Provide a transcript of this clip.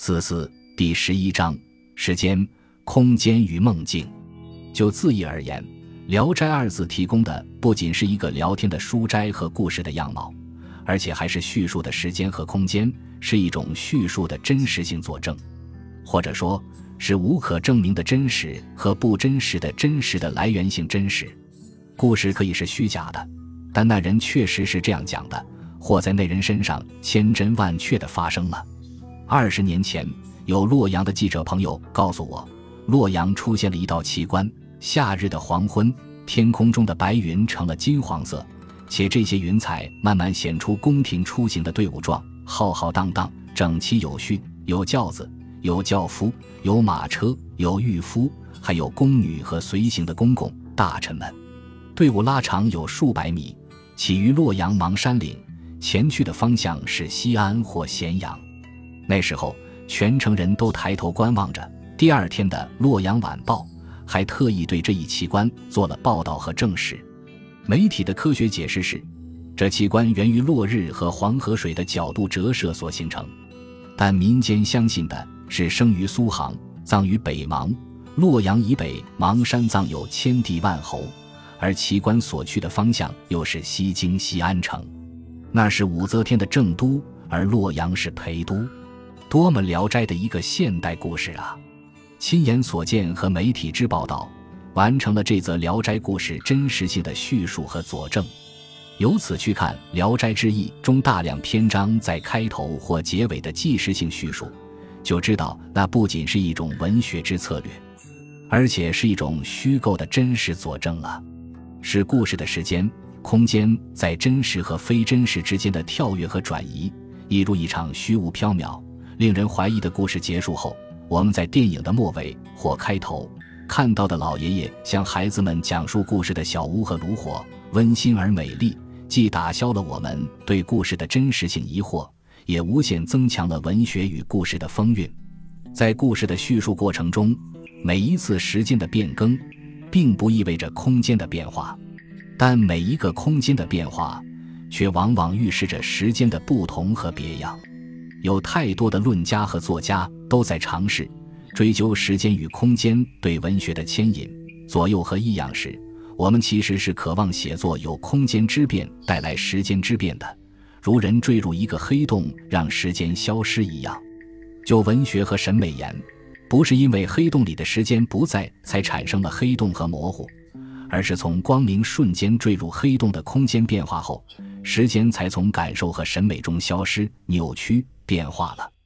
第11章时间、空间与梦境。就字义而言，聊斋二字提供的不仅是一个聊天的书斋和故事的样貌，而且还是叙述的时间和空间，是一种叙述的真实性佐证，或者说是无可证明的真实和不真实的真实的来源性真实。故事可以是虚假的，但那人确实是这样讲的，或在那人身上千真万确地发生了。20年前，有洛阳的记者朋友告诉我，洛阳出现了一道奇观，夏日的黄昏，天空中的白云成了金黄色，且这些云彩慢慢显出宫廷出行的队伍状，浩浩荡荡，整齐有序，有轿子，有轿夫，有马车，有御夫，还有宫女和随行的公公大臣们。队伍拉长有数百米，起于洛阳邙山岭，前去的方向是西安或咸阳。那时候全城人都抬头观望着，第二天的《洛阳晚报》还特意对这一奇观做了报道和证实。媒体的科学解释是，这奇观源于落日和黄河水的角度折射所形成，但民间相信的是生于苏杭，葬于北邙，洛阳以北邙山葬有千帝万侯，而奇观所去的方向又是西京西安城，那是武则天的正都，而洛阳是陪都。多么聊斋的一个现代故事啊！亲眼所见和媒体之报道，完成了这则聊斋故事真实性的叙述和佐证。由此去看《聊斋志异》中大量篇章在开头或结尾的纪实性叙述，就知道那不仅是一种文学之策略，而且是一种虚构的真实佐证了，是故事的时间、空间在真实和非真实之间的跳跃和转移，一如一场虚无缥缈、令人怀疑的故事结束后，我们在电影的末尾或开头看到的老爷爷向孩子们讲述故事的小屋和炉火，温馨而美丽，既打消了我们对故事的真实性疑惑，也无限增强了文学与故事的风韵。在故事的叙述过程中，每一次时间的变更并不意味着空间的变化，但每一个空间的变化却往往预示着时间的不同和别样。有太多的论家和作家都在尝试追究时间与空间对文学的牵引、左右和异样时，我们其实是渴望写作有空间之变带来时间之变的，如人坠入一个黑洞让时间消失一样。就文学和审美言，不是因为黑洞里的时间不在才产生了黑洞和模糊，而是从光明瞬间坠入黑洞的空间变化后，时间才从感受和审美中消失、扭曲、变化了。